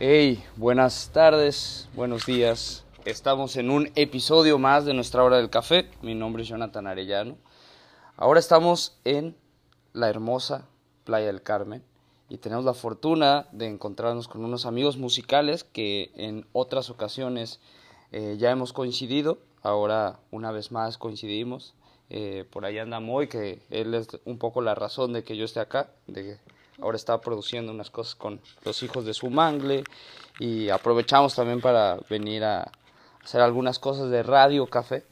Hey, buenas tardes, buenos días. Estamos en un episodio más de nuestra hora del café. Mi nombre es Jonathan Arellano. Ahora estamos en la hermosa Playa del Carmen y tenemos la fortuna de encontrarnos con unos amigos musicales que en otras ocasiones ya hemos coincidido. Ahora una vez más coincidimos. Por ahí anda Moy, que él es un poco la razón de que yo esté acá, ahora está produciendo unas cosas con los hijos de su mangle y aprovechamos también para venir a hacer algunas cosas de radio, café.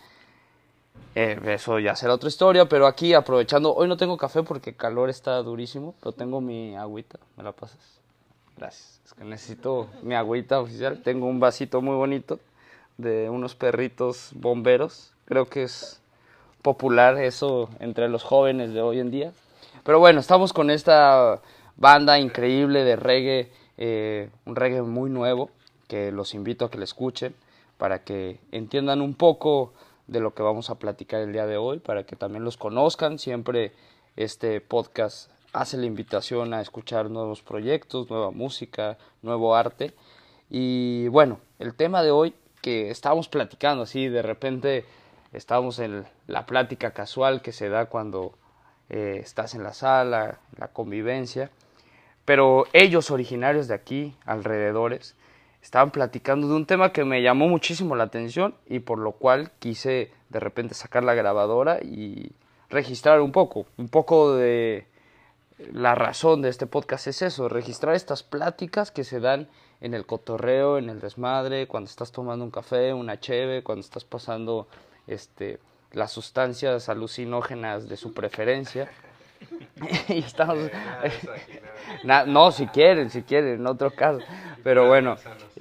Eso ya será otra historia, pero aquí aprovechando, hoy no tengo café porque el calor está durísimo, pero tengo mi agüita, ¿me la pasas? Gracias, es que necesito mi agüita oficial, tengo un vasito muy bonito de unos perritos bomberos, creo que es popular eso entre los jóvenes de hoy en día. Pero bueno, estamos con esta banda increíble de reggae, un reggae muy nuevo, que los invito a que le escuchen, para que entiendan un poco de lo que vamos a platicar el día de hoy, para que también los conozcan. Siempre este podcast hace la invitación a escuchar nuevos proyectos, nueva música, nuevo arte. Y bueno, el tema de hoy que estábamos platicando así, de repente estábamos en la plática casual que se da cuando estás en la sala, la convivencia, pero ellos originarios de aquí, alrededores, estaban platicando de un tema que me llamó muchísimo la atención y por lo cual quise de repente sacar la grabadora y registrar un poco de la razón de este podcast es eso, registrar estas pláticas que se dan en el cotorreo, en el desmadre, cuando estás tomando un café, una cheve, cuando estás pasando las sustancias alucinógenas de su preferencia. Y estamos no, si quieren, en otro caso, pero bueno,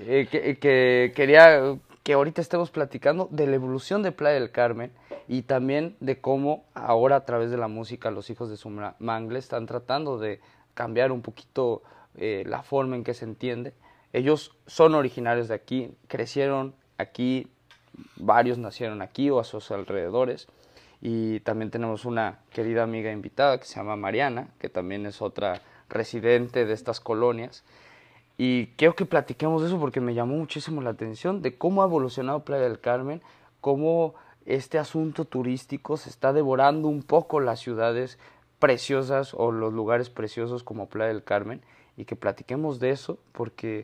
quería que ahorita estemos platicando de la evolución de Playa del Carmen y también de cómo ahora a través de la música los hijos de su mangle están tratando de cambiar un poquito la forma en que se entiende. Ellos son originarios de aquí, crecieron aquí, varios nacieron aquí o a sus alrededores. Y también tenemos una querida amiga invitada que se llama Mariana, que también es otra residente de estas colonias. Y quiero que platiquemos de eso porque me llamó muchísimo la atención de cómo ha evolucionado Playa del Carmen, cómo este asunto turístico se está devorando un poco las ciudades preciosas o los lugares preciosos como Playa del Carmen, y que platiquemos de eso porque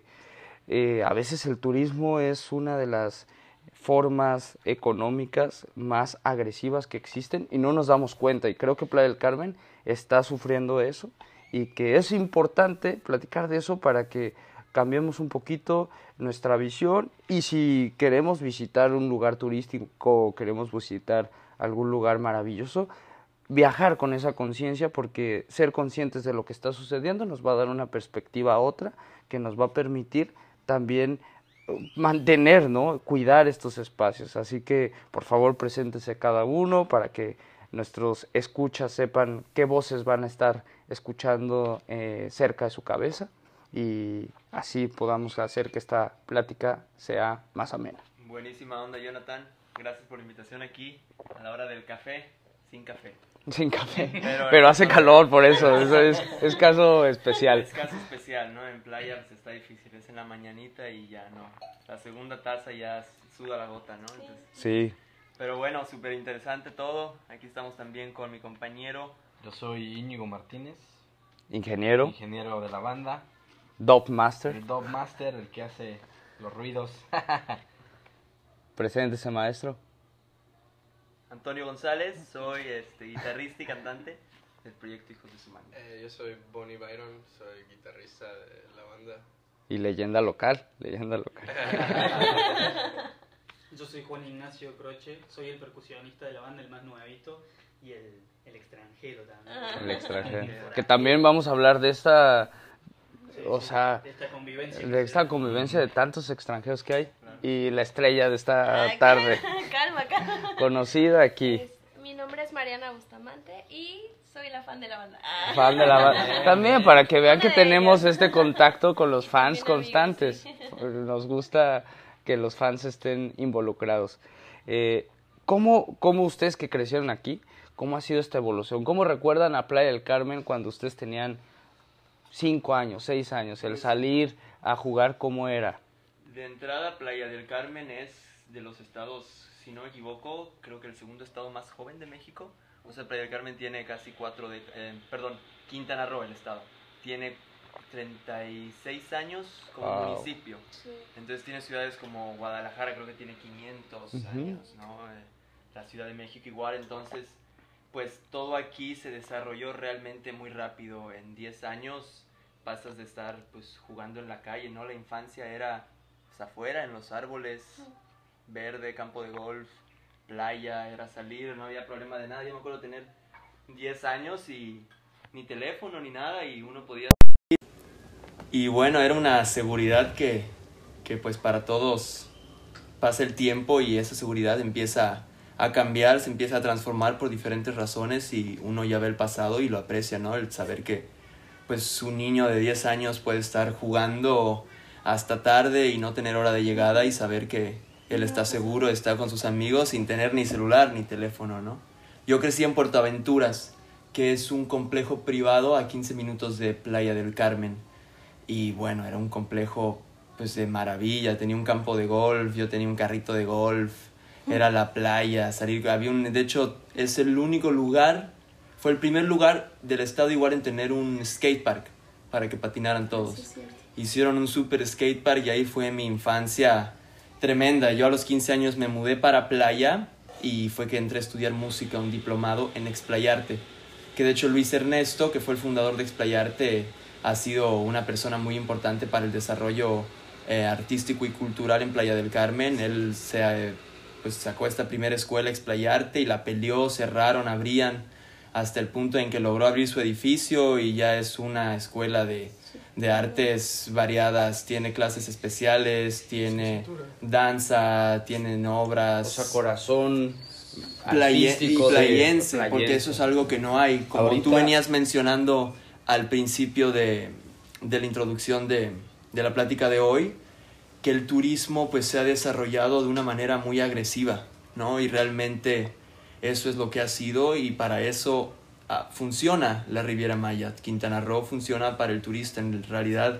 a veces el turismo es una de las formas económicas más agresivas que existen y no nos damos cuenta, y creo que Playa del Carmen está sufriendo eso y que es importante platicar de eso para que cambiemos un poquito nuestra visión, y si queremos visitar un lugar turístico o queremos visitar algún lugar maravilloso, viajar con esa conciencia, porque ser conscientes de lo que está sucediendo nos va a dar una perspectiva a otra que nos va a permitir también mantener, ¿no? Cuidar estos espacios. Así que, por favor, preséntese cada uno para que nuestros escuchas sepan qué voces van a estar escuchando cerca de su cabeza y así podamos hacer que esta plática sea más amena. Buenísima onda, Jonathan. Gracias por la invitación aquí a la hora del café, sin café. Sin café, pero hace calor, por eso es caso especial. Es caso especial, ¿no? En playa pues está difícil, es en la mañanita y ya no. La segunda taza ya suda la gota, ¿no? Entonces, sí. Pero bueno, súper interesante todo. Aquí estamos también con mi compañero. Yo soy Íñigo Martínez. Ingeniero. Ingeniero de la banda. Dub Master. El Dub Master, el que hace los ruidos. Preséntese, maestro. Antonio González, soy guitarrista y cantante del proyecto Hijos de su Mangle. Yo soy Bonnie Byron, soy guitarrista de la banda. Y leyenda local. Yo soy Juan Ignacio Croce, soy el percusionista de la banda, el más nuevito, y el extranjero también. El extranjero. Que también vamos a hablar de esta, de esta convivencia de tantos extranjeros que hay. Y la estrella de esta tarde. Calma. Conocida aquí. Mi nombre es Mariana Bustamante y soy la fan de la banda. Fan de la banda. También para que vean que tenemos este contacto con los fans Bien constantes. amigos, sí. Nos gusta que los fans estén involucrados. ¿Cómo ustedes que crecieron aquí, cómo ha sido esta evolución? ¿Cómo recuerdan a Playa del Carmen cuando ustedes tenían 5 años, 6 años? El salir a jugar, ¿cómo era? De entrada, Playa del Carmen es de los estados, si no me equivoco, creo que el segundo estado más joven de México. O sea, Playa del Carmen tiene casi Quintana Roo, el estado, tiene 36 años como municipio. Sí. Entonces tiene ciudades como Guadalajara, creo que tiene 500 años, ¿no? La Ciudad de México igual, entonces, pues todo aquí se desarrolló realmente muy rápido. En 10 años pasas de estar pues jugando en la calle, ¿no? La infancia era pues, afuera, en los árboles, verde, campo de golf, playa, era salir, no había problema de nada. Yo me acuerdo tener 10 años y ni teléfono ni nada y uno podía... Y bueno, era una seguridad que pues para todos pasa el tiempo y esa seguridad empieza a cambiar, se empieza a transformar por diferentes razones y uno ya ve el pasado y lo aprecia, ¿no? El saber que pues un niño de 10 años puede estar jugando hasta tarde y no tener hora de llegada y saber que él está seguro, está con sus amigos sin tener ni celular ni teléfono, ¿no? Yo crecí en Puerto Aventuras, que es un complejo privado a 15 minutos de Playa del Carmen. Y bueno, era un complejo pues de maravilla, tenía un campo de golf, yo tenía un carrito de golf, era la playa, de hecho es el único lugar, fue el primer lugar del estado igual en tener un skatepark para que patinaran todos. Sí, es cierto. Hicieron un super skatepark y ahí fue mi infancia tremenda. Yo a los 15 años me mudé para Playa y fue que entré a estudiar música, un diplomado en Explayarte, que de hecho Luis Ernesto, que fue el fundador de Explayarte, ha sido una persona muy importante para el desarrollo artístico y cultural en Playa del Carmen. Él pues sacó esta primera escuela Explayarte y la peleó, cerraron, abrían, hasta el punto en que logró abrir su edificio y ya es una escuela de artes variadas, tiene clases especiales, tiene danza, tienen obras. O sea, corazón artístico playense, playense, porque eso es algo que no hay. Como ahorita, tú venías mencionando al principio de la introducción de la plática de hoy, que el turismo pues se ha desarrollado de una manera muy agresiva, ¿no? Y realmente eso es lo que ha sido y para eso funciona la Riviera Maya. Quintana Roo funciona para el turista. En realidad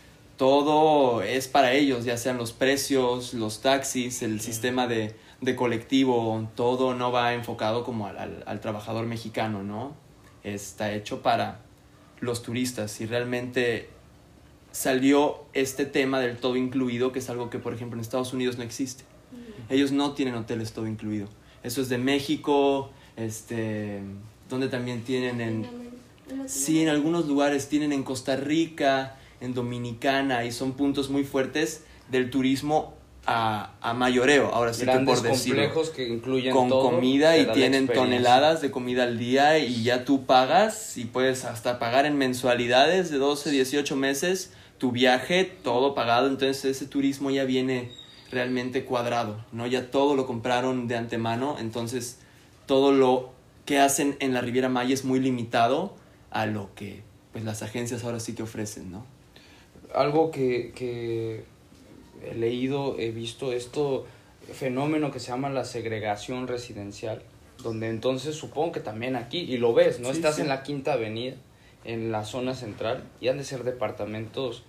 todo es para ellos, ya sean los precios, los taxis, el sistema de colectivo, todo no va enfocado como al trabajador mexicano, ¿no? Está hecho para los turistas y realmente salió este tema del todo incluido, que es algo que por ejemplo en Estados Unidos no existe. Ellos no tienen hoteles todo incluido. Eso es de México, donde también tienen sí, en algunos lugares tienen en Costa Rica, en Dominicana, y son puntos muy fuertes del turismo a mayoreo, ahora sí grandes que por decirlo, complejos que incluyen con todo, comida y te da la tienen experiencia. toneladas de comida al día y ya tú pagas y puedes hasta pagar en mensualidades de 12, 18 meses tu viaje, todo pagado. Entonces ese turismo ya viene realmente cuadrado, ¿no? Ya todo lo compraron de antemano, entonces todo lo que hacen en la Riviera Maya es muy limitado a lo que pues las agencias ahora sí que ofrecen, ¿no? Algo que he leído, he visto fenómeno que se llama la segregación residencial, donde entonces supongo que también aquí, y lo ves, ¿no? Sí, Estás sí. en la Quinta Avenida, en la zona central, y han de ser departamentos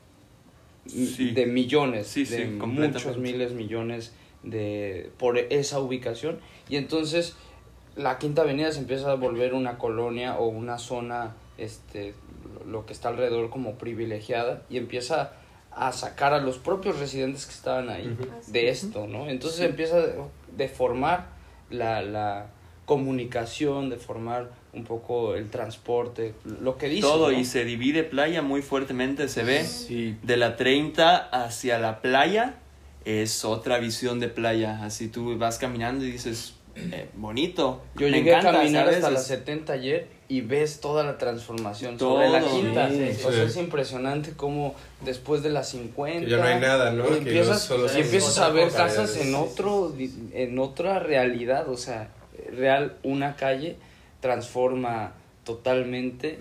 Sí. de millones, Sí, de sí, completamente. muchos miles, millones por esa ubicación, y entonces la Quinta Avenida se empieza a volver una colonia o una zona, lo que está alrededor como privilegiada, y empieza a sacar a los propios residentes que estaban ahí de esto, ¿no? Entonces empieza a deformar la comunicación, deformar un poco el transporte, lo que dice, Todo, ¿no? y se divide Playa muy fuertemente, se ve. Sí, De la 30 hacia la playa es otra visión de playa. Así tú vas caminando y dices, bonito. Yo Me llegué encanta, a caminar ¿sabes? hasta la Es- 70 ayer y ves toda la transformación Todo, sobre la Quinta. sí, O sea, sí. es impresionante cómo después de las 50 Que ya no hay nada, ¿no? Que empiezas, solo son empiezas otra a ver cosa, casas sí, en otra realidad, o sea, una calle transforma totalmente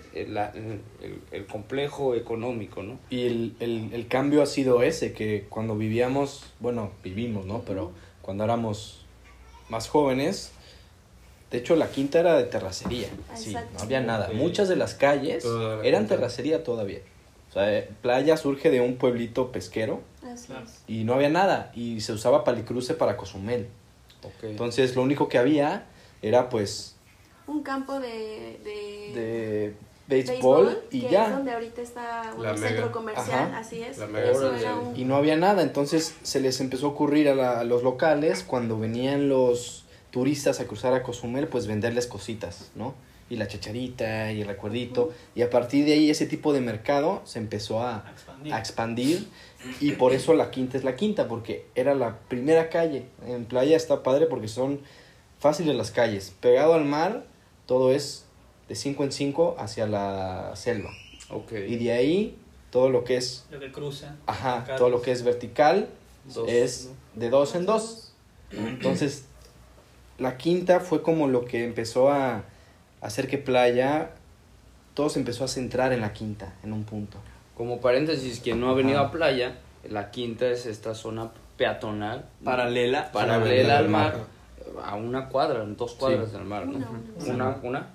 el complejo económico, ¿no? Y el cambio ha sido ese, que cuando vivimos, ¿no? Pero cuando éramos más jóvenes, de hecho la Quinta era de terracería, sí, Exacto. no había nada. Sí. Muchas de las calles Toda la eran Quinta. terracería todavía. O sea, Playa surge de un pueblito pesquero Así es. y no había nada. Y se usaba Palicruce para Cozumel. Ok. Entonces lo único que había era pues Un campo de béisbol y que ya. es donde ahorita está La un Mega. centro comercial, Ajá. así es. La Mega. Eso Órale. era un... Y no había nada, entonces se les empezó a ocurrir a los locales, cuando venían los turistas a cruzar a Cozumel, pues venderles cositas, ¿no? Y la chacharita y el recuerdito. Y a partir de ahí ese tipo de mercado se empezó a expandir. Y por eso la quinta es la quinta, porque era la primera calle. En Playa está padre porque son fáciles las calles. Pegado al mar, todo es de 5 en 5 hacia la selva. Ok. Y de ahí, todo lo que es, Lo que cruza. ajá, Carlos. todo lo que es vertical Dos, es de 2 en 2. Entonces, la quinta fue como lo que empezó a hacer que Playa, todo se empezó a centrar en la quinta, en un punto. Como paréntesis, quien no ha venido Ajá. a Playa, la quinta es esta zona peatonal. Paralela. Paralela al mar. A una cuadra, 2 cuadras Sí. del mar, ¿no? Una. Una.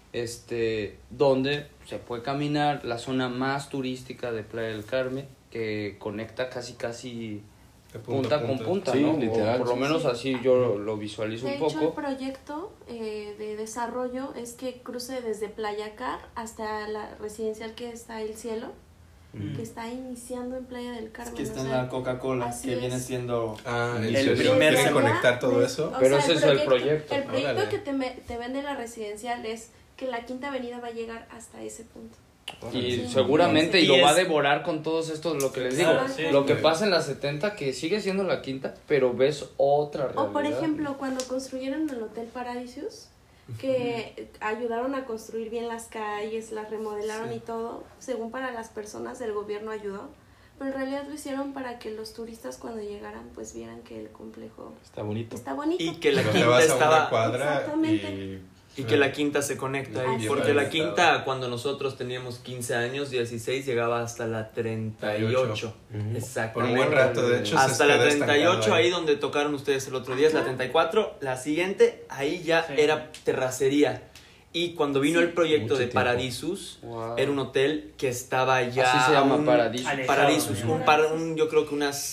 Donde se puede caminar, la zona más turística de Playa del Carmen, que conecta casi De punta con punta, Sí, ¿no? literal. O por lo Sí, menos sí. así yo lo visualizo De un hecho, el poco. proyecto de desarrollo es que cruce desde Playa Car hasta la residencial que está El Cielo, que está iniciando en Playa del Carmen. Que está o en sea, la Coca-Cola, así que es. viene siendo... Ah, El el primer ¿Quieren semana conectar todo eso? O Pero sea, ese es el proyecto. El proyecto Órale. que te vende la residencial es que la Quinta Avenida va a llegar hasta ese punto. Y Sí. seguramente, y Y lo va a es- devorar con todos estos, lo que les digo. Claro, sí. Lo que pasa en la 70, que sigue siendo la quinta, pero ves otra realidad. O por ejemplo, cuando construyeron el Hotel Paradisus, que ayudaron a construir bien las calles, las remodelaron Sí. y todo, según para las personas el gobierno ayudó, pero en realidad lo hicieron para que los turistas cuando llegaran pues vieran que el complejo Está bonito. está bonito. Y que la Pero te quinta vas a una estaba... cuadra Exactamente. Y que la quinta se conecta ahí, Así porque es. la quinta cuando nosotros teníamos 15 años, 16, llegaba hasta la 38. Ujú. Exactamente. Por un buen rato, de hecho. Hasta se la quedó 38, estancado ahí donde tocaron ustedes el otro día, es la 34. La siguiente, ahí ya Sí. era terracería. Y cuando vino Sí. el proyecto Mucho de tiempo. Paradisus, Wow. era un hotel que estaba ya... Así se llama, un- Paradisus. Alejado, Paradisus, ¿no? yo creo que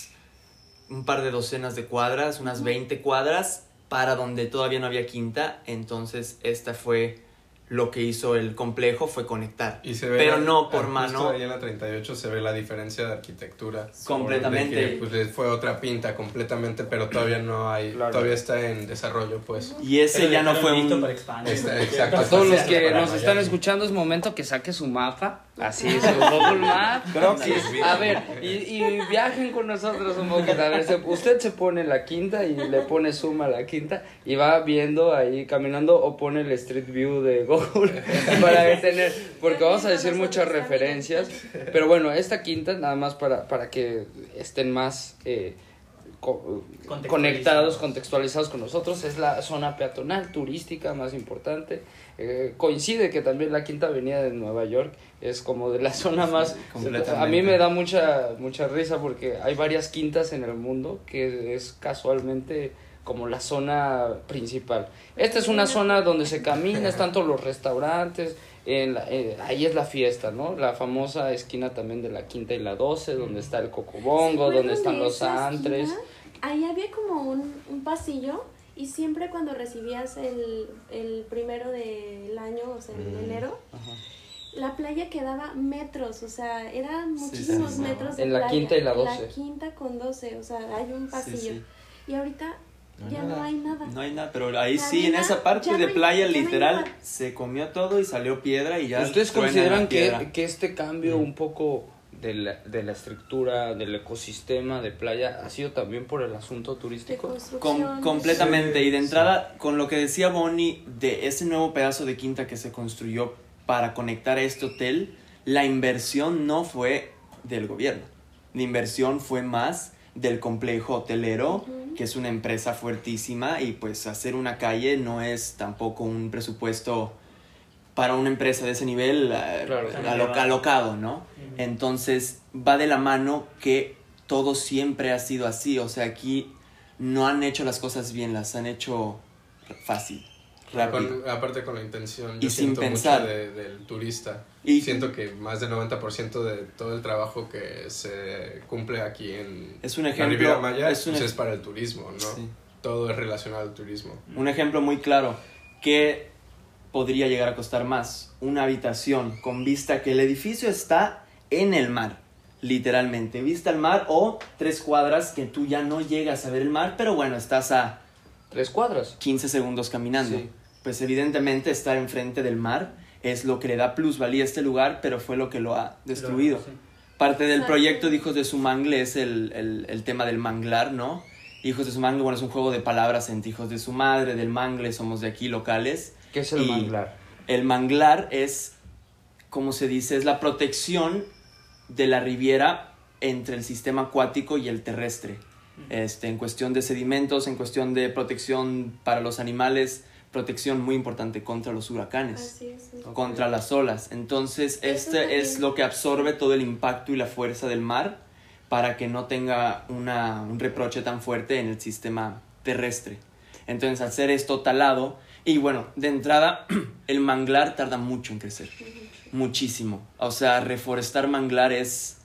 un par de docenas de cuadras, unas 20 cuadras, para donde todavía no había quinta. Entonces, esta fue lo que hizo el complejo, fue conectar. Y se ve Pero no por justo mano. ahí en la 38 se ve la diferencia de arquitectura. Completamente. De que, pues, fue otra pinta completamente, pero todavía no hay, Claro. todavía está en desarrollo, pues. Y ese ya no fue listo un... para expandir. Exacto. A todos los Sí, que para nos Miami. están escuchando es momento que saque su mapa, así su Google Maps. A ver, y viajen con nosotros un poquito. A ver, usted se pone la quinta y le pone suma a la quinta y va viendo ahí caminando o pone el Street View de Google para tener, porque vamos a decir muchas referencias. Pero bueno, esta quinta nada más para que estén más conectados, contextualizados con nosotros, es la zona peatonal turística más importante. Coincide que también la Quinta Avenida de Nueva York es como de la zona más... completamente. A mí me da mucha risa porque hay varias quintas en el mundo que es casualmente como la zona principal. Esta es una zona donde se camina, están todos los restaurantes, ahí es la fiesta, ¿no? La famosa esquina también de la Quinta y la 12, donde está el Cocobongo, donde están los antres. Ahí había como un pasillo y siempre cuando recibías el primero del año, o sea, en enero, la playa quedaba metros, o sea, eran muchísimos sí. metros de En la playa. Quinta y la En 12. la Quinta con 12, o sea, hay un pasillo. sí. Y ahorita ya no hay nada. No hay nada, pero ahí La sí, en arena, esa parte ya de no hay- playa ya no hay literal nada. se comió todo y salió piedra y ya. ¿Ustedes truena consideran la piedra. que este cambio un poco de la estructura, del ecosistema de playa ha sido también por el asunto De turístico? construcción. Completamente. Y de entrada, con lo que decía Bonnie, de ese nuevo pedazo de quinta que se construyó para conectar a este hotel, la inversión no fue del gobierno. La inversión fue más del complejo hotelero, que es una empresa fuertísima, y pues hacer una calle no es tampoco un presupuesto para una empresa de ese nivel Claro. alocado, ¿no? Entonces va de la mano que todo siempre ha sido así, o sea, aquí no han hecho las cosas bien, las han hecho fácil. rápido. Aparte con la intención, Y yo sin siento pensar. mucho del turista. Y- Siento que más del 90% de todo el trabajo que se cumple aquí en Es un la ejemplo, Riviera Maya es un pues ej- es para el turismo, ¿no? Sí. Todo es relacionado al turismo. Un ejemplo muy claro, ¿qué podría llegar a costar más? Una habitación con vista que el edificio está en el mar, literalmente, vista al mar, o 3 cuadras que tú ya no llegas a ver el mar, pero bueno, estás a 3 cuadras. 15 segundos caminando. Sí. Pues evidentemente estar enfrente del mar es lo que le da plusvalía a este lugar, pero fue lo que lo ha destruido. Sí. Parte del Exacto. proyecto de Hijos de Sumangle es el tema del manglar, ¿no? Hijos de Sumangle, bueno, es un juego de palabras entre hijos de su madre, del mangle, somos de aquí locales. ¿Qué es el Y manglar? El manglar es, como se dice, es la protección de la riviera entre el sistema acuático y el terrestre. En cuestión de sedimentos, en cuestión de protección para los animales, protección muy importante contra los huracanes, Así es. Sí. contra las olas. Entonces, Eso este es también. lo que absorbe todo el impacto y la fuerza del mar para que no tenga un reproche tan fuerte en el sistema terrestre. Entonces, al ser esto talado, y bueno, de entrada, el manglar tarda mucho en crecer, muchísimo. O sea, reforestar manglar es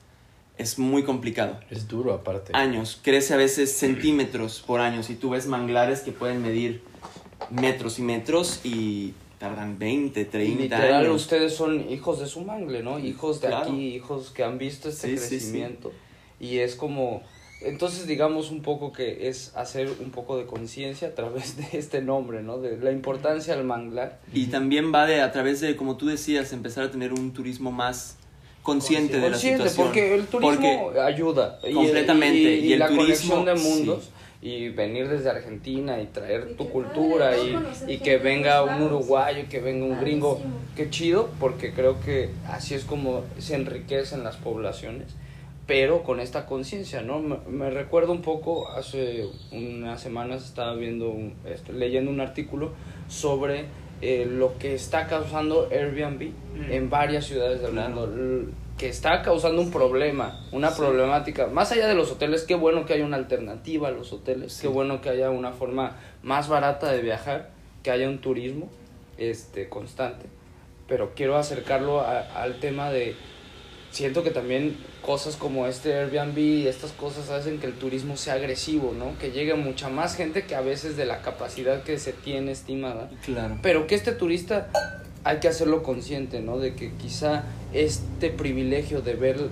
muy complicado. Es duro aparte. Años, crece a veces centímetros por año. Si tú ves manglares que pueden medir metros y metros y tardan 20, 30 Literal, años. ustedes son hijos de su mangle, ¿no? Hijos de Claro. aquí, hijos que han visto este Sí, sí, sí. crecimiento. Y es como... Entonces, digamos un poco que es hacer un poco de conciencia a través de este nombre, ¿no? De la importancia del manglar. Y también va a través de, como tú decías, empezar a tener un turismo más consciente de la Consciente, situación. porque el turismo Porque ayuda. completamente, y el la turismo, conexión de sí. mundos. Y venir desde Argentina y traer Y tu qué cultura padre, ¿no? Conocer y gente que de venga otros un lados. uruguayo, que venga un gringo. Padrísimo. Qué chido, porque creo que así es como se enriquecen las poblaciones, pero con esta conciencia, ¿no? Me recuerdo un poco, hace unas semanas estaba leyendo un artículo sobre lo que está causando Airbnb en varias ciudades del Claro. mundo, que está causando un problema, una problemática. Más allá de los hoteles, qué bueno que haya una alternativa a los hoteles, Sí. qué bueno que haya una forma más barata de viajar, que haya un turismo constante, pero quiero acercarlo al tema de, siento que también cosas como este Airbnb y estas cosas hacen que el turismo sea agresivo, ¿no? Que llegue mucha más gente que a veces de la capacidad que se tiene estimada, Claro. pero que este turista hay que hacerlo consciente, ¿no? De que quizá este privilegio de ver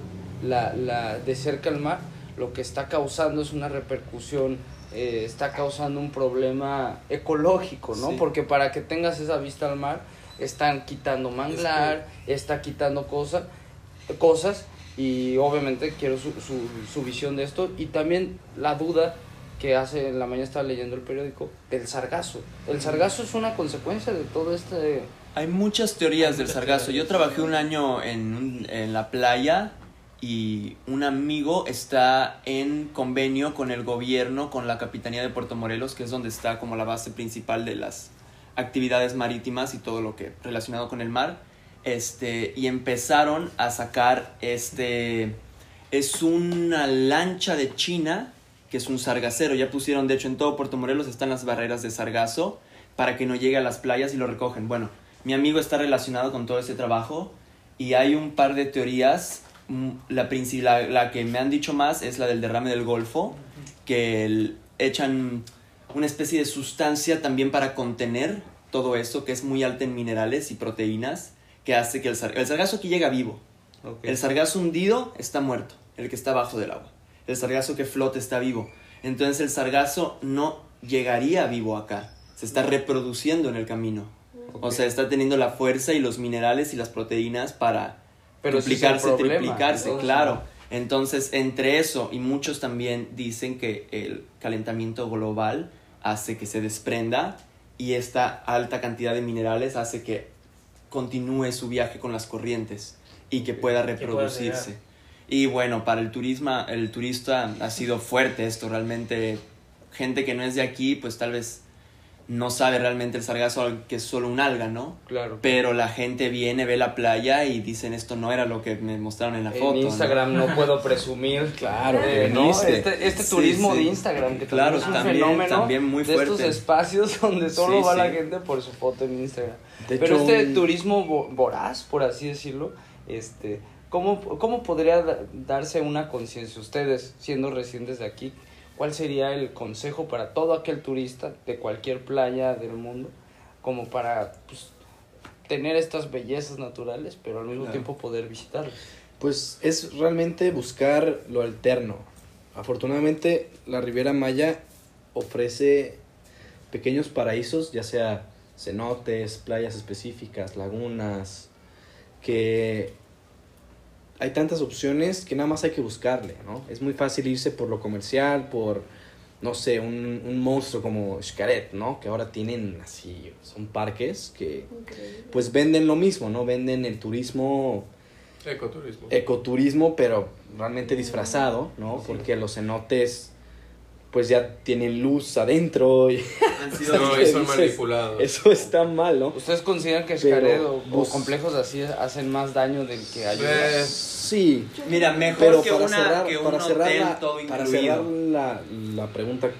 de cerca el mar, lo que está causando es una repercusión, está causando un problema ecológico, ¿no? Sí. Porque para que tengas esa vista al mar, están quitando manglar, está quitando cosas, y obviamente quiero su visión de esto, y también la duda que hace, en la mañana estaba leyendo el periódico, del sargazo. El sargazo es una consecuencia de todo este... Hay muchas teorías del sargazo. Yo trabajé un año en la playa y un amigo está en convenio con el gobierno, con la Capitanía de Puerto Morelos, que es donde está como la base principal de las actividades marítimas y todo lo que relacionado con el mar. Y empezaron a sacar es una lancha de China, que es un sargacero. Ya pusieron, de hecho, en todo Puerto Morelos están las barreras de sargazo para que no llegue a las playas y lo recogen. Bueno, mi amigo está relacionado con todo ese trabajo y hay un par de teorías. La que me han dicho más es la del derrame del Golfo, que echan una especie de sustancia también para contener todo esto, que es muy alta en minerales y proteínas, que hace que el sargazo aquí llega vivo. Okay. El sargazo hundido está muerto, el que está abajo del agua. El sargazo que flota está vivo. Entonces el sargazo no llegaría vivo acá. Se está reproduciendo en el camino. O sea, está teniendo la fuerza y los minerales y las proteínas para duplicarse, triplicarse, claro. Entonces, entre eso y muchos también dicen que el calentamiento global hace que se desprenda y esta alta cantidad de minerales hace que continúe su viaje con las corrientes y que pueda reproducirse. Y bueno, para el turista ha sido fuerte esto, realmente gente que no es de aquí, pues tal vez no sabe realmente el sargazo que es solo un alga, ¿no? Claro. Pero la gente viene, ve la playa y dicen, esto no era lo que me mostraron en la foto. En Instagram no puedo presumir. Claro, ¿no? viniste. Este Sí, turismo sí. de Instagram, que Claro, también es un también- fenómeno también muy de estos fuerte. espacios donde solo Sí, va la sí. gente por su foto en Instagram. De Pero hecho, este turismo voraz, por así decirlo, ¿cómo podría darse una conciencia? Ustedes, siendo residentes de aquí, ¿cuál sería el consejo para todo aquel turista de cualquier playa del mundo, como para pues, tener estas bellezas naturales, pero al mismo Claro. tiempo poder visitarlas? Pues es realmente buscar lo alterno. Afortunadamente, la Riviera Maya ofrece pequeños paraísos, ya sea cenotes, playas específicas, lagunas, que hay tantas opciones que nada más hay que buscarle, ¿no? Es muy fácil irse por lo comercial, por, no sé, un monstruo como Xcaret, ¿no? Que ahora tienen así, son parques que Increíble. pues venden lo mismo, ¿no? Venden el turismo, ecoturismo, pero realmente disfrazado, ¿no? Porque los cenotes pues ya tienen luz adentro y Han sido No, y son Dices, manipulados. eso está mal, ¿no? ¿Ustedes consideran que Pero, Xcaret o pues, complejos así hacen más daño del que ayuda? Sí, Mira, mejor pero que, que un hotel todo para incluido. cerrar la pregunta,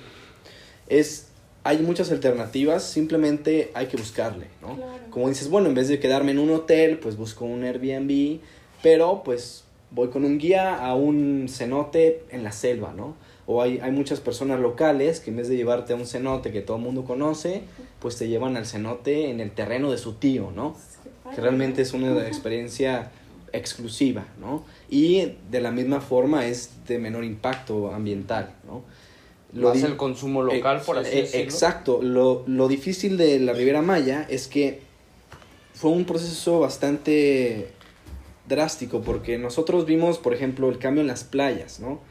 hay muchas alternativas, simplemente hay que buscarle, ¿no? Claro. Como dices, bueno, en vez de quedarme en un hotel, pues busco un Airbnb, pero pues voy con un guía a un cenote en la selva, ¿no? O hay muchas personas locales que en vez de llevarte a un cenote que todo el mundo conoce, pues te llevan al cenote en el terreno de su tío, ¿no? Qué padre. Que realmente es una experiencia exclusiva, ¿no? Y de la misma forma es de menor impacto ambiental, ¿no? Más el consumo local, por así decirlo. Exacto. Lo difícil de la Riviera Maya es que fue un proceso bastante drástico, porque nosotros vimos, por ejemplo, el cambio en las playas, ¿no?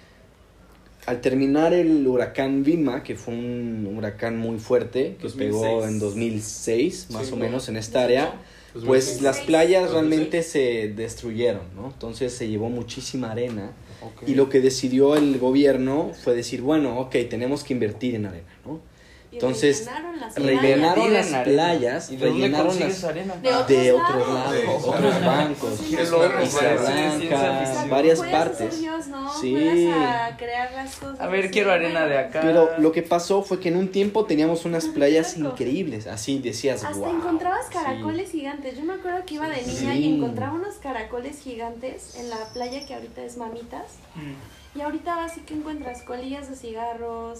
Al terminar el huracán Vilma, que fue un huracán muy fuerte, que 2006. pegó en 2006, más Sí, o ¿no? menos, en esta área, 2006. pues las playas 2006. realmente se destruyeron, ¿no? Entonces se llevó muchísima arena. Ok. Y lo que decidió el gobierno fue decir, bueno, ok, tenemos que invertir en arena, ¿no? Y Entonces, rellenaron las rellenaron playas. las en arena. playas, ¿Y de dónde rellenaron consigues las arena? De de otros otros lados. lados, Sí, otros claro. bancos, Sí, Es no, una pues, Isla parece ciencia Blanca, ficción. varias Juegas a ser partes. Dios, ¿no? Sí. Juegas a crear las cosas. A ver, así, quiero arena bueno. de acá. Pero lo que pasó fue que en un tiempo teníamos unas Ah, playas loco. increíbles, así decías, Hasta wow. encontrabas caracoles gigantes. Yo me acuerdo que iba de niña Sí. y encontraba unos caracoles gigantes en la playa que ahorita es Mamitas. Y ahorita así que encuentras colillas de cigarros,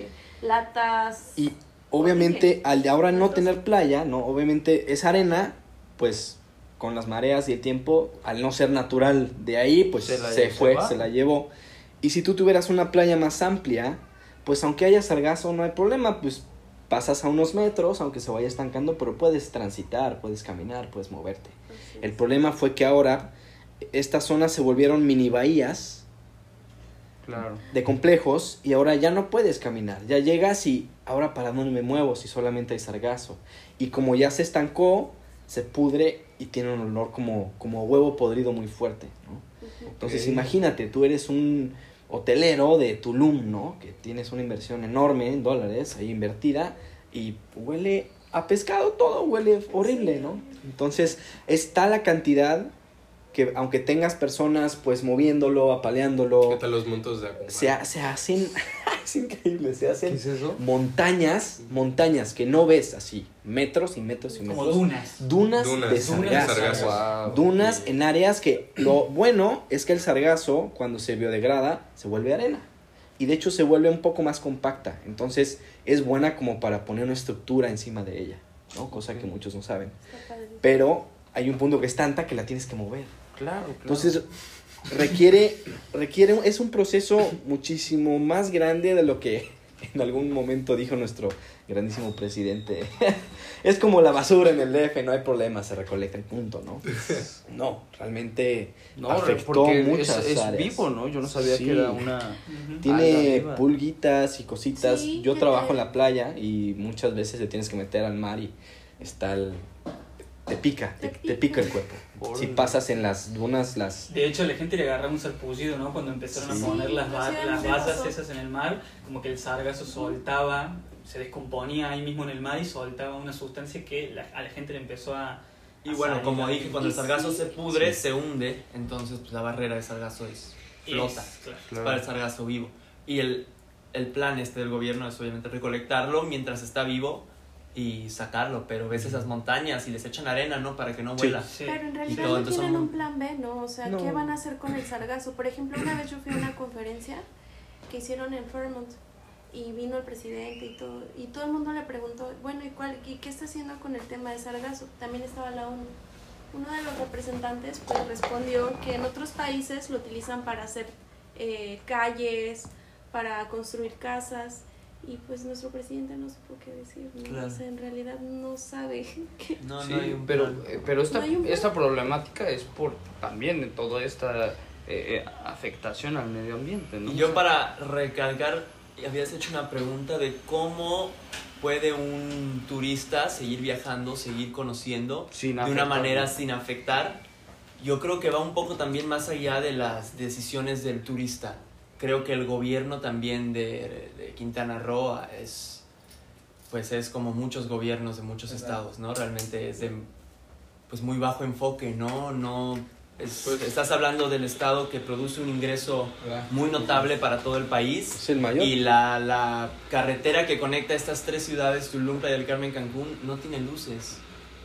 latas. Y obviamente al de ahora no tener playa, no, obviamente esa arena, pues con las mareas y el tiempo, al no ser natural de ahí, pues Se la- se se fue, va. se la llevó. Y si tú tuvieras una playa más amplia, pues aunque haya sargazo no hay problema, pues pasas a unos metros, aunque se vaya estancando, pero puedes transitar, puedes caminar, puedes moverte. Así El es. problema fue que ahora estas zonas se volvieron mini bahías Claro. de complejos y ahora ya no puedes caminar. Ya llegas y ahora para dónde me muevo si solamente hay sargazo. Y como ya se estancó, se pudre y tiene un olor como huevo podrido muy fuerte, ¿no? Entonces Ok. imagínate, tú eres un hotelero de Tulum, ¿no? Que tienes una inversión enorme en dólares ahí invertida y huele a pescado todo, huele horrible, ¿no? Entonces está la cantidad que aunque tengas personas pues moviéndolo, apaleándolo, ¿Qué tal los montos de agua? se hacen, es increíble, se ¿Qué hacen es eso? montañas que no ves así, metros y metros y Como metros. dunas. Dunas Dunas, de de sargazo. sargazo. Wow. Dunas en áreas que lo bueno es que el sargazo cuando se biodegrada se vuelve arena. Y de hecho se vuelve un poco más compacta. Entonces es buena como para poner una estructura encima de ella, ¿no? Cosa que muchos no saben. Está padrísimo. Pero hay un punto que es tanta que la tienes que mover. Claro, claro. Entonces es un proceso muchísimo más grande de lo que en algún momento dijo nuestro grandísimo presidente. Es como la basura en el DF, no hay problema, se recolecta el punto, ¿no? No, realmente no, afectó porque muchas es áreas. vivo, ¿no? Yo no sabía Sí. que era una... Ujú. Tiene Alga viva. pulguitas y cositas. Sí, Yo tiene- trabajo en la playa y muchas veces te tienes que meter al mar y está te pica el cuerpo. Órale. Si pasas en las dunas, De hecho, la gente le agarraba un sarpullido, ¿no? Cuando empezaron Sí. a poner Sí, las lo hacían vallas famoso. esas en el mar, como que el sargazo soltaba se descomponía ahí mismo en el mar y soltaba una sustancia que a la gente le empezó a... Y bueno, como salir. dije, cuando el sargazo se pudre, se hunde, entonces pues, la barrera de sargazo flota, Claro. para el sargazo vivo. Y el plan del gobierno es obviamente recolectarlo mientras está vivo y sacarlo, pero ves esas montañas y les echan arena, ¿no? Para que no vuela. Sí. Pero en Y realidad todo, no entonces tienen son- un plan B, ¿no? O sea, ¿qué van a hacer con el sargazo? Por ejemplo, una vez yo fui a una conferencia que hicieron en Fairmont y vino el presidente y todo el mundo le preguntó, bueno, ¿y qué está haciendo con el tema de sargazo? También estaba la ONU. Uno de los representantes pues respondió que en otros países lo utilizan para hacer calles, para construir casas, y pues nuestro presidente no supo qué decir, ¿no? Claro. O sea, en realidad no sabe qué. No, Sí, no hay un pero, plan. pero esta, No hay un plan. esta problemática es por también de toda esta afectación al medio ambiente, ¿no? Y yo para recalcar, habías hecho una pregunta de cómo puede un turista seguir viajando, seguir conociendo Sin de una afectar, manera ¿no? sin afectar. Yo creo que va un poco también más allá de las decisiones del turista. Creo que el gobierno también de Quintana Roo es como muchos gobiernos de muchos estados, ¿no? Realmente es de pues muy bajo enfoque, ¿no? Estás hablando del estado que produce un ingreso muy notable para todo el país. Es el mayor. Y la carretera que conecta estas tres ciudades, Tulum, Playa del Carmen, Cancún, no tiene luces.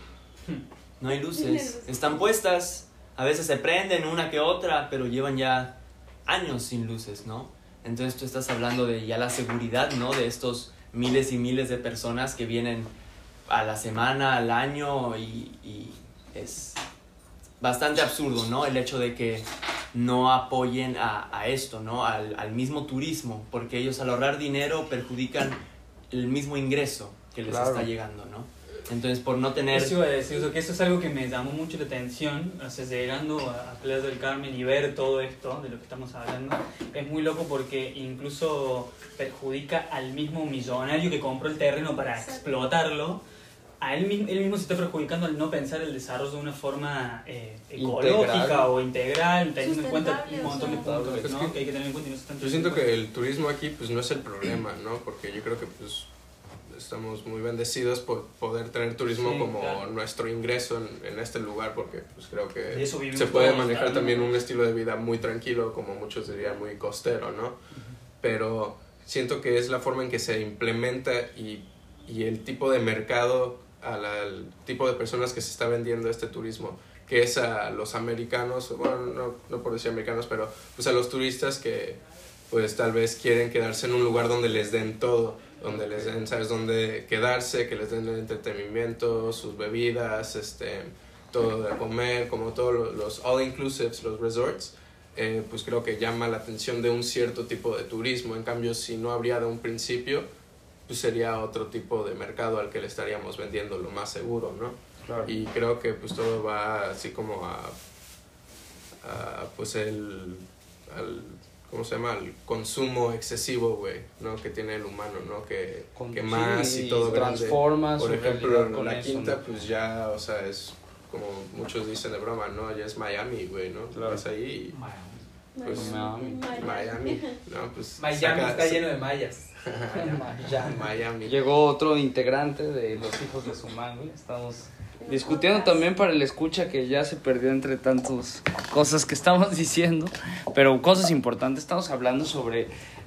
No hay luces. Están puestas, a veces se prenden una que otra, pero llevan ya años sin luces, ¿no? Entonces tú estás hablando de ya la seguridad, ¿no? De estos miles y miles de personas que vienen a la semana, al año, y es bastante absurdo, ¿no? El hecho de que no apoyen a esto, ¿no? Al mismo turismo, porque ellos al ahorrar dinero perjudican el mismo ingreso que les Claro. está llegando, ¿no? Entonces, por no tener... Eso iba a decir, o sea, que eso es algo que me llamó mucho la atención, o sea, llegando a Playa del Carmen y ver todo esto de lo que estamos hablando, es muy loco porque incluso perjudica al mismo millonario que compró el terreno para Exacto. explotarlo. Él mismo se está perjudicando al no pensar el desarrollo de una forma ecológica Integral. o integral, teniendo en cuenta Sustentable, un montón de o sea. puntos, Es ¿no? que que hay que tener en cuenta y no se están Yo siento teniendo en que el turismo aquí pues no es el problema, ¿no? Porque yo creo que pues estamos muy bendecidos por poder tener turismo Sí, como claro. nuestro ingreso en este lugar, porque pues creo De que eso vivimos se puede todos, manejar claro. también un estilo de vida muy tranquilo, como muchos dirían, muy costero, ¿no? Pero siento que es la forma en que se implementa y el tipo de mercado, al tipo de personas que se está vendiendo este turismo, que es a los americanos, bueno, no por decir americanos, pero pues a los turistas que pues tal vez quieren quedarse en un lugar donde les den todo, donde les den, ¿sabes?, donde quedarse, que les den el entretenimiento, sus bebidas, todo de comer, como todos los all-inclusives, los resorts, pues creo que llama la atención de un cierto tipo de turismo. En cambio, si no habría de un principio, pues sería otro tipo de mercado al que le estaríamos vendiendo lo más seguro, ¿no? Claro. Y creo que pues todo va así como a pues ¿cómo se llama? El consumo excesivo, güey, ¿no? Que tiene el humano, ¿no? Que más Sí, y todo grande. transforma Por su ejemplo, realidad con la eso, quinta, ¿no? pues ya, o sea, es como muchos dicen de broma, ¿no? Ya es Miami, güey, ¿no? Claro. Vas ahí y pues Miami. Miami, ¿no? Pues Miami está lleno de mayas. Miami. Llegó otro integrante de los hijos de Sumán, güey. Estamos discutiendo también para el escucha que ya se perdió entre tantas cosas que estamos diciendo, pero cosas importantes. Estamos hablando sobre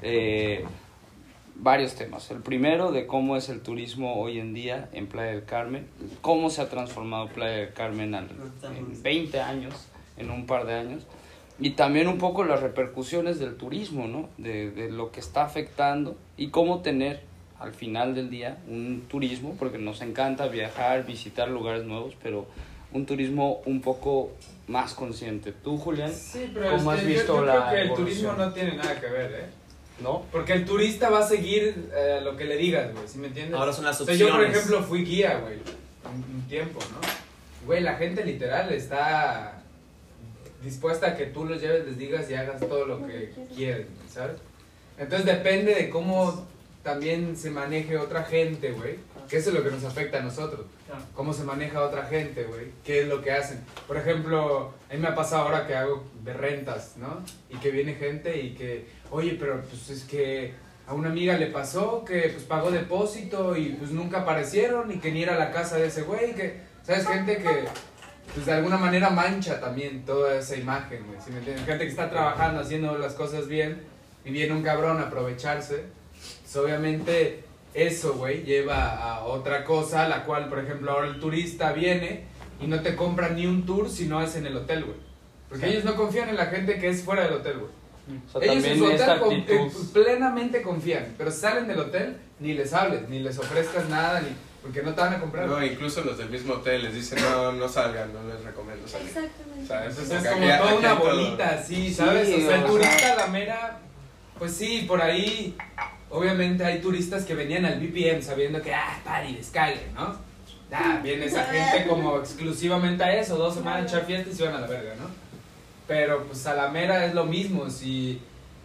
varios temas. El primero, de cómo es el turismo hoy en día en Playa del Carmen, cómo se ha transformado Playa del Carmen en 20 años, en un par de años, y también un poco las repercusiones del turismo, ¿no? De lo que está afectando y cómo tener al final del día un turismo, porque nos encanta viajar, visitar lugares nuevos, pero un turismo un poco más consciente. Tú, Julián, Sí, pero ¿cómo has yo visto creo la que el evolución? turismo no tiene nada que ver, ¿eh? ¿no? Porque el turista va a seguir lo que le digas, güey, ¿sí me entiendes? Ahora son las O sea, yo, por opciones. ejemplo, fui guía, güey, un tiempo, ¿no? Güey, la gente literal está dispuesta a que tú los lleves, les digas y hagas todo lo que quieren, ¿sabes? Entonces depende de cómo también se maneje otra gente, güey, que eso es lo que nos afecta a nosotros. Claro. Cómo se maneja otra gente, güey, qué es lo que hacen. Por ejemplo, a mí me ha pasado ahora que hago de rentas, ¿no? Y que viene gente y que, oye, pero pues es que a una amiga le pasó que pues pagó depósito y pues nunca aparecieron y que ni era la casa de ese güey, que, ¿sabes? Gente que pues de alguna manera mancha también toda esa imagen, güey, ¿sí me entiendes? Gente que está trabajando, haciendo las cosas bien y viene un cabrón a aprovecharse, pues obviamente eso, güey, lleva a otra cosa, la cual, por ejemplo, ahora el turista viene y no te compra ni un tour si no es en el hotel, güey. Porque ellos no confían en la gente que es fuera del hotel, güey. O sea, Ellos en también su esta hotel actitud... plenamente confían, pero salen del hotel, ni les hables, ni les ofrezcas nada, ni porque no te van a comprar. No, incluso los del mismo hotel les dicen, no salgan, no les recomiendo salir. Exactamente. ¿Sabes? Entonces es Aquí- como toda aquí una hay todo. bolita así, ¿sabes? Sí, o sea, el o turista, sea- la mera, pues sí, por ahí, obviamente hay turistas que venían al BPM sabiendo que, party, descague, ¿no? Viene esa gente como exclusivamente a eso, 2 semanas a echar fiesta y se van a la verga, ¿no? Pero pues a la mera es lo mismo, si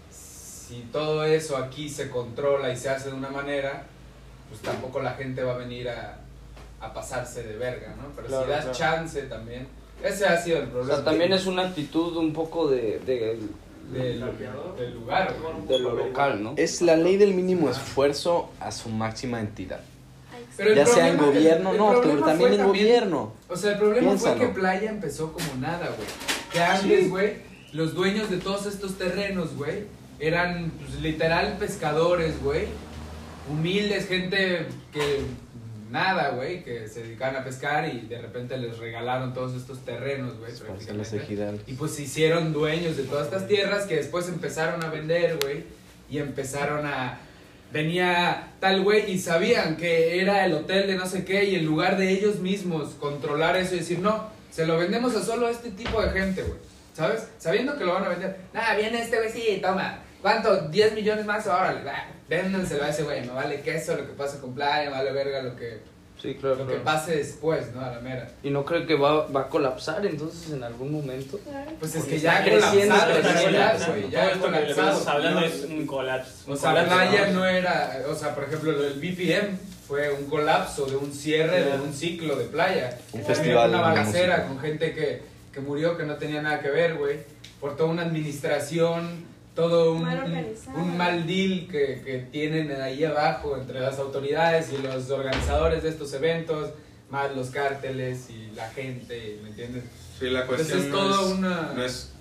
todo eso aquí se controla y se hace de una manera, pues tampoco la gente va a venir a pasarse de verga, ¿no? Pero Claro, si das claro. chance también, ese ha sido el O problema. sea, también es una actitud un poco de del lugar, güey. de lo local, ¿no? Es la ley del mínimo esfuerzo a su máxima entidad. Pero el Ya sea en problema- gobierno, el no, pero problema también fue en gobierno. O sea, el problema fue Piénsalo. que Playa empezó como nada, güey. Que antes, güey, los dueños de todos estos terrenos, güey, eran pues, literal pescadores, güey. Humildes, gente que nada, güey, que se dedicaban a pescar y de repente les regalaron todos estos terrenos, güey, Parcelas prácticamente. ejidales. Y pues se hicieron dueños de todas estas tierras que después empezaron a vender, güey. Y empezaron a... Venía tal güey y sabían que era el hotel de no sé qué y en lugar de ellos mismos controlar eso y decir, no, se lo vendemos a solo este tipo de gente, güey. ¿Sabes? Sabiendo que lo van a vender. Nada, viene este güey, sí, toma. ¿Cuánto? ¿10 millones más? Órale, véndenselo a ese güey. Me vale queso lo que pase con Playa, me vale verga lo que Sí, claro. lo que claro. pase después, ¿no? A la mera. ¿Y no creo que va a colapsar entonces en algún momento? Claro. Pues es Porque que ya está creciendo, colapsado, creciendo, ya, creciendo. güey, Todo ya esto que le colapsado. estamos hablando ¿no? es un colapso. O sea, Playa no era, o sea, por ejemplo, lo del BPM fue un colapso de un cierre de un ciclo de Playa. Un Terminó festival con una de balacera música. con gente que murió, que no tenía nada que ver, güey. Por toda una administración, todo Mal organizado. un mal deal que tienen ahí abajo entre las autoridades y los organizadores de estos eventos, más los cárteles y la gente, ¿me entiendes? Sí, la cuestión Entonces es todo una...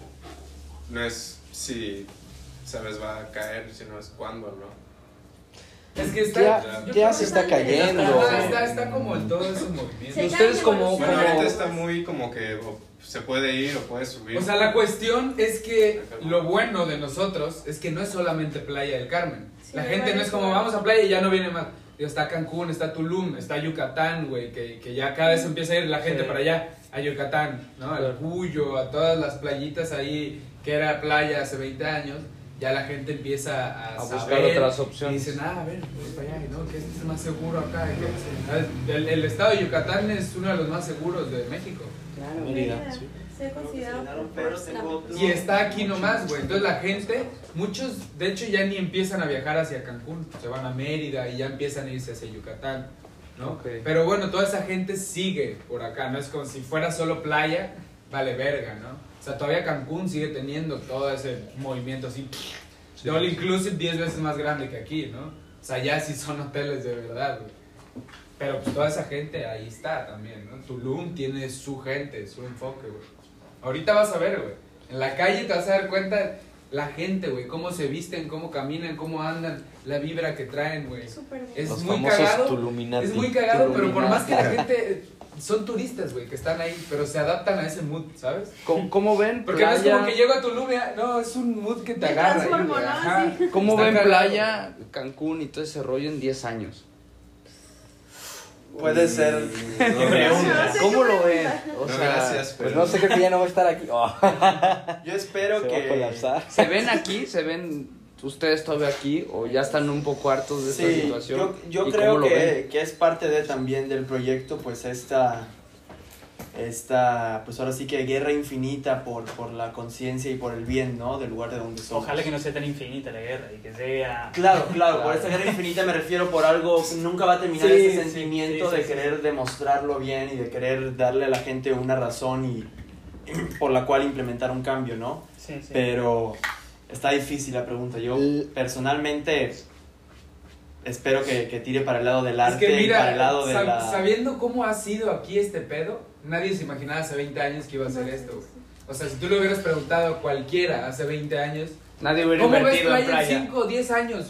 no es si, sabes, va a caer, sino es cuándo, ¿no? Es que está... Ya, yo ya creo se que está cayendo. Está como en todo ese movimiento. Se Ustedes cae como- evolución. Bueno, Pero- ahorita está muy como que se puede ir o puede subir. O sea, la cuestión es que lo bueno de nosotros es que no es solamente Playa del Carmen. Sí, La gente no es como vamos a Playa y ya no viene más. Digo, está Cancún, está Tulum, está Yucatán, güey, que ya cada vez empieza a ir la gente Sí. para allá, a Yucatán, ¿no? Al Claro. Cuyo, a todas las playitas ahí, que era playa hace 20 años, ya la gente empieza a buscar saber, otras opciones. y dicen, a ver, vamos para allá, ¿no? Que este es más seguro acá. El estado de Yucatán es uno de los más seguros de México. Claro, Mérida, Mérida. sí. Se ha considerado por Pero Forbes tengo la- Y está aquí nomás, güey. Entonces la gente, muchos, de hecho, ya ni empiezan a viajar hacia Cancún. Se van a Mérida y ya empiezan a irse hacia Yucatán, ¿no? Ok. Pero bueno, toda esa gente sigue por acá. No es como si fuera solo playa, vale verga, ¿no? O sea, todavía Cancún sigue teniendo todo ese movimiento así. De all inclusive 10 veces más grande que aquí, ¿no? O sea, ya sí son hoteles de verdad, güey. Pero pues toda esa gente ahí está también, ¿no? Tulum tiene su gente, su enfoque, güey. Ahorita vas a ver, güey. En la calle te vas a dar cuenta la gente, güey. Cómo se visten, cómo caminan, cómo andan, la vibra que traen, güey. Súper bien. Es Los muy famosos cagado. Tuluminati. Es muy cagado, pero por más que la Tuluminati. gente... Son turistas, güey, que están ahí, pero se adaptan a ese mood, ¿sabes? ¿Cómo ven Porque no es playa? como que llego a Tulum y, no, es un mood que te Me agarra. ahí, transformo, güey, ¿no? ajá. Sí. ¿Cómo Está ven cagado. Playa, Cancún y todo ese rollo en 10 años? Puede ser. No, gracias. ¿Cómo lo ven? O No, sea, gracias, Pues pero no sé, creo que ya no va a estar aquí. Oh, Yo espero se va a que. colapsar. ¿se ven aquí? ¿Se ven ustedes todavía aquí? ¿O ya están un poco hartos de esta Sí, situación? yo ¿Y creo cómo lo ven? que es parte de también del proyecto, pues esta pues ahora sí que guerra infinita por la conciencia y por el bien, ¿no? Del lugar de donde somos. Ojalá que no sea tan infinita la guerra y que llegue a... Claro, por esta guerra infinita me refiero por algo, nunca va a terminar Sí, ese sí, sentimiento sí, de sí, querer demostrarlo bien y de querer darle a la gente una razón y por la cual implementar un cambio, ¿no? Sí, sí. Pero está difícil la pregunta. Yo personalmente espero que tire para el lado del arte, Es que mira, para el lado de la... sabiendo cómo ha sido aquí este pedo, nadie se imaginaba hace 20 años que iba a ser esto, güey. O sea, si tú le hubieras preguntado a cualquiera hace 20 años, Nadie hubiera ¿cómo ves invertido en Playa en playa. 5 o 10 años?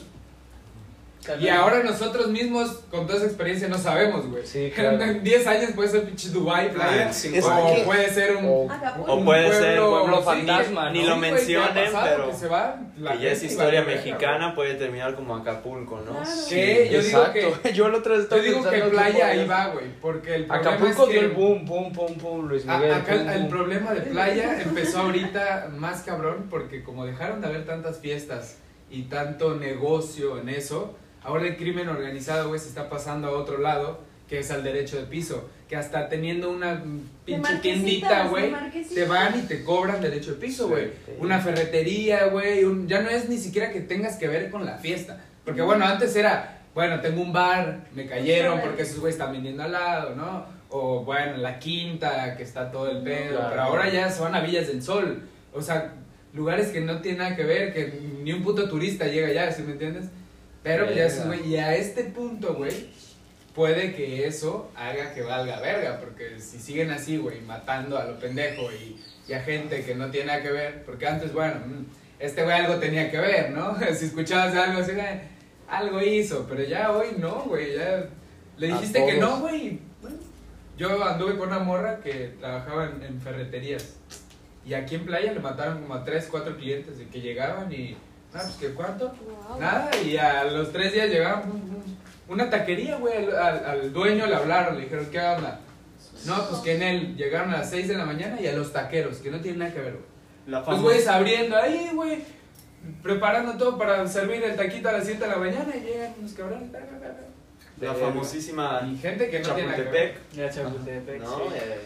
Y ahora nosotros mismos, con toda esa experiencia, no sabemos, güey. Sí, claro. En 10 años puede ser pinche Dubai, playa. Es O que- puede ser un Acapulco. O puede ser pueblo sí, fantasma, ni ¿no? lo sí, güey, mencionen, ¿qué ha pasado? pero Que se va la que ya es gente y historia vale verga, mexicana, puede terminar como Acapulco, ¿no? Claro. Que yo digo Exacto. que Yo el otro día yo estaba digo que pensando playa podía ahí ser. va, güey, porque el problema Acapulco es que dio el boom, pum, pum, pum, Luis Miguel. acá pum, el pum. problema de playa empezó ahorita más cabrón porque como dejaron de haber tantas fiestas y tanto negocio en eso, ahora el crimen organizado, güey, se está pasando a otro lado, que es al derecho de piso, que hasta teniendo una pinche marquesitas, tiendita, de güey, marquesitas. te van y te cobran derecho de piso, güey. Una ferretería, güey, ya no es ni siquiera que tengas que ver con la fiesta, porque bueno, antes era, bueno, tengo un bar, me cayeron porque esos güeyes están vendiendo al lado, ¿no? O bueno, la quinta, que está todo el pedo, Claro. pero ahora ya se van a Villas del Sol, o sea, lugares que no tienen nada que ver, que ni un puto turista llega allá, ¿sí me entiendes? Pero ya es, güey, y a este punto, güey, puede que eso haga que valga verga, porque si siguen así, güey, matando a lo pendejo y a gente que no tiene nada que ver, porque antes, bueno, este güey algo tenía que ver, ¿no? Si escuchabas algo así, algo hizo, pero ya hoy no, güey, ya le dijiste que no, güey. Bueno, yo anduve con una morra que trabajaba en ferreterías, y aquí en Playa le mataron como a 3, 4 clientes de que llegaban y... Ah, pues que cuánto, Wow. nada, y a los 3 días llegaban una taquería, güey, al dueño le hablaron, le dijeron, ¿qué onda? No, pues que en él llegaron a las 6 de la mañana y a los taqueros, que no tienen nada que ver, güey. La Los famosa... güeyes abriendo ahí, güey, preparando todo para servir el taquito a las 7 de la mañana y llegan unos cabrones, La famosísima y gente que no tiene nada que ver. Chapultepec, Ya Chapultepec, ¿no? sí.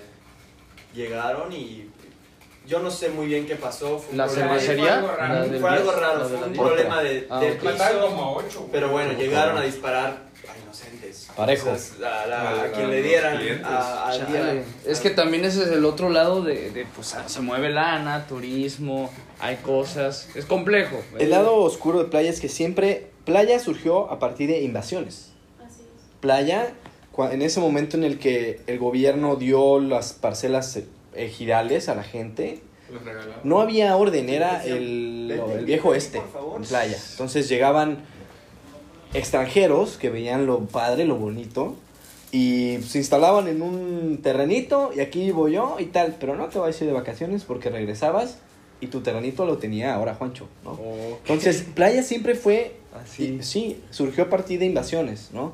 Llegaron y yo no sé muy bien qué pasó. Fue un ¿La problema- cervecería? algo raro. ¿La del Fue algo 10? raro, ¿La de fue la un 10? problema de Ah, del ok. Mataron piso, como 8, güey. pero bueno, llegaron a disparar a inocentes. Parejo. O sea, a A quien los le dieran, clientes. al día. Chale. Es que también ese es el otro lado de pues se mueve lana, turismo, hay cosas, es complejo. El lado oscuro de Playa es que siempre... Playa surgió a partir de invasiones. Así es. Playa, en ese momento en el que el gobierno dio las parcelas ejidales a la gente, Les regalaban. no había orden, era el viejo oeste por favor. en Playa. Entonces llegaban extranjeros que veían lo padre, lo bonito, y se instalaban en un terrenito, y aquí vivo yo y tal, pero no te voy a decir de vacaciones porque regresabas y tu terrenito lo tenía ahora Juancho, ¿no? Entonces, Playa siempre fue, Así. sí, surgió a partir de invasiones, ¿no?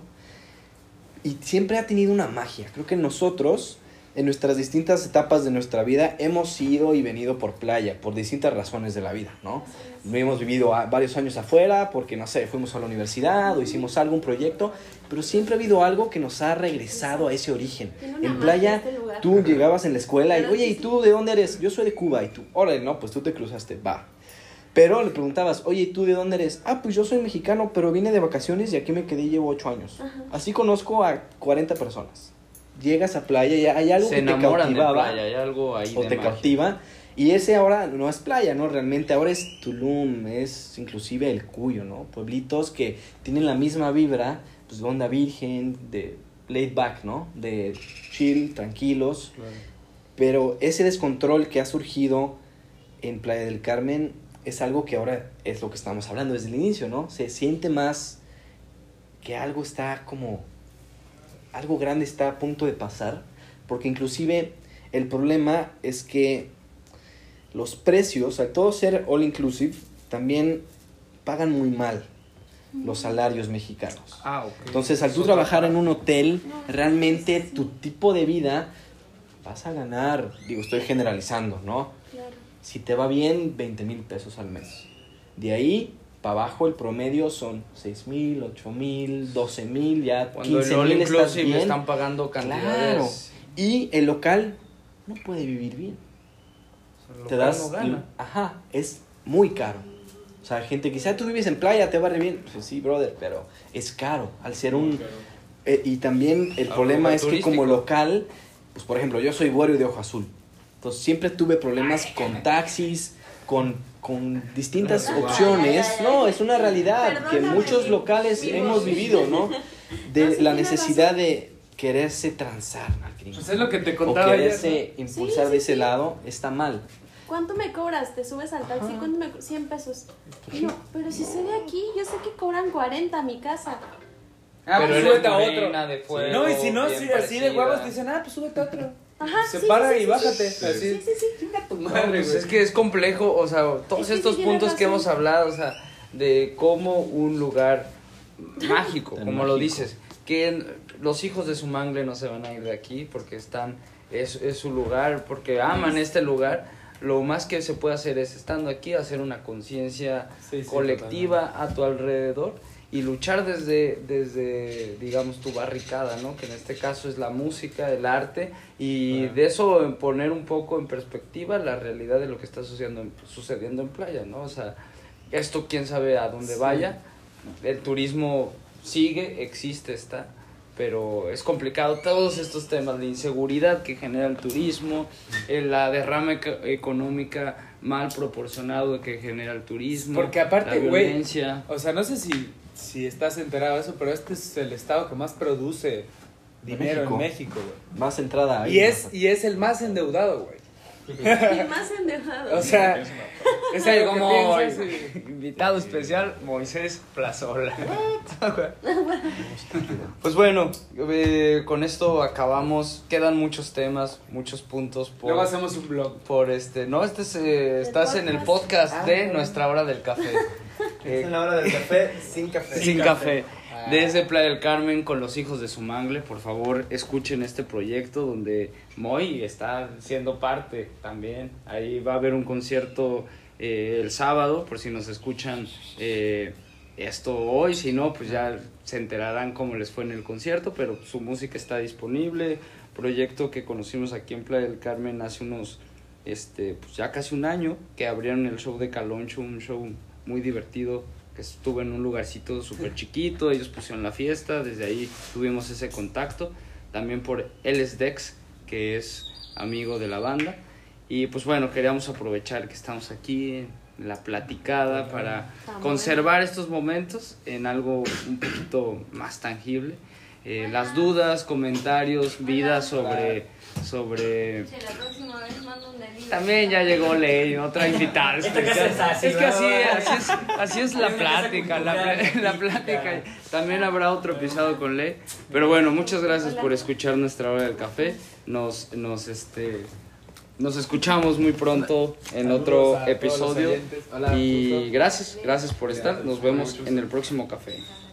Y siempre ha tenido una magia. Creo que nosotros, en nuestras distintas etapas de nuestra vida, hemos ido y venido por Playa, por distintas razones de la vida, ¿no? Hemos vivido varios años afuera porque, no sé, fuimos a la universidad o hicimos algún proyecto, pero siempre ha habido algo que nos ha regresado a ese origen. Tiene una En magia Playa, este lugar. tú llegabas en la escuela y, Pero oye, sí, ¿y sí. tú de dónde eres? Yo soy de Cuba. Y tú, órale, no, pues tú te cruzaste, va. Pero le preguntabas, oye, ¿y tú de dónde eres? Ah, pues yo soy mexicano, pero vine de vacaciones y aquí me quedé y llevo 8 años. Ajá. Así conozco a 40 personas. Llegas a Playa y hay algo Se que te enamoran de cautivaba playa, hay algo ahí o de te magia. cautiva. Y ese ahora no es Playa, ¿no? Realmente ahora es Tulum, es inclusive El Cuyo, ¿no? Pueblitos que tienen la misma vibra, pues de onda virgen, de laid back, ¿no? De chill, tranquilos. Pero ese descontrol que ha surgido en Playa del Carmen es algo que ahora es lo que estamos hablando desde el inicio, ¿no? Se siente más que algo está como... algo grande está a punto de pasar, porque inclusive el problema es que los precios, al todo ser all inclusive, también pagan muy mal los salarios mexicanos. Ah, ok. Entonces, al tú trabajar en un hotel, realmente tu tipo de vida vas a ganar, digo, estoy generalizando, ¿no? Claro. Si te va bien, 20,000 pesos al mes. De ahí para abajo el promedio son 6,000, 8,000, 12,000, ya Cuando el 15,000 all estás inclusive bien. están pagando cantidades. Claro. Y el local no puede vivir bien. O sea, el Te local das, no gana. ajá, es muy caro. O sea, gente, quizá tú vives en Playa, te va re bien. Pues sí, brother, pero es caro. Al ser un... y también el Algo problema es que turístico. como local, pues por ejemplo, yo soy güero y de ojo azul. Entonces siempre tuve problemas con taxis, con con distintas opciones. No, es una realidad que Perdóname, muchos locales mi hemos voz. vivido, ¿no? No, De sí, la tienes necesidad razón. de quererse transar al gringo. Pues es lo que te O contaba ayer, quererse impulsar Sí, de sí, ese sí. lado está mal. ¿Cuánto me cobras? Te subes al taxi, ¿cuánto me 100 pesos? No, pero si soy de aquí, yo sé que cobran 40 a mi casa. Ah, Pero pues eres súbete a otro. morena, de fuego, No, y si no, bien si así de parecida. huevos te dicen, ah, pues súbete a otro. Ajá, Se sí, para sí, y sí, bájate. sí. Así. Sí, sí, sí. Chinga tu No, madre, pues güey. es que es complejo, o sea, todos Es que estos sí tienes puntos que razón. hemos hablado, o sea, de cómo un lugar mágico, Tan como lo mágico. dices, que los hijos de Sumangle no se van a ir de aquí porque es su lugar, porque aman este lugar. Lo más que se puede hacer es, estando aquí, hacer una conciencia Sí, sí, colectiva a tu alrededor y luchar desde, digamos, tu barricada, ¿no? Que en este caso es la música, el arte, y Claro. de eso poner un poco en perspectiva la realidad de lo que está sucediendo en playa, ¿no? O sea, esto quién sabe a dónde Sí. vaya, el turismo sigue, existe, está, pero es complicado todos estos temas, la inseguridad que genera el turismo, la derrama económica mal proporcionado que genera el turismo, Porque aparte, la güey, violencia. o sea, no sé si estás enterado de eso, pero este es el estado que más produce dinero en México, güey. Más entrada ahí. Y es el más endeudado, güey. Y más endeudado. O sea, es algo que como piensas y- invitado especial, Moisés Plazola. Pues bueno, con esto acabamos. Quedan muchos temas, muchos puntos por... Luego hacemos un blog. No, estás en el podcast de Nuestra Hora del Café. Es en la hora del café, sin café. Sin café. Desde Playa del Carmen con los hijos de Sumangle, por favor escuchen este proyecto donde Moy está siendo parte también. Ahí va a haber un concierto el sábado, por si nos escuchan esto hoy, si no, pues ya se enterarán cómo les fue en el concierto, pero su música está disponible. Proyecto que conocimos aquí en Playa del Carmen hace unos, pues ya casi un año, que abrieron el show de Caloncho, un show muy divertido, que estuvo en un lugarcito súper chiquito, ellos pusieron la fiesta, desde ahí tuvimos ese contacto, también por Dex, que es amigo de la banda, y pues bueno, queríamos aprovechar que estamos aquí en la platicada para conservar estos momentos en algo un poquito más tangible. Las dudas, comentarios, vida sobre La próxima vez mando un delivery. también ya llegó Ley, otra invitada Esta casa especial. es así, Es que ¿verdad? así es la plática, la plática. También habrá otro episodio con Ley. Pero bueno, muchas gracias por escuchar Nuestra Hora del Café. Nos escuchamos muy pronto en Saludos otro a todos los episodio. oyentes. Hola, Y Puto. gracias por estar. Nos vemos en el próximo café.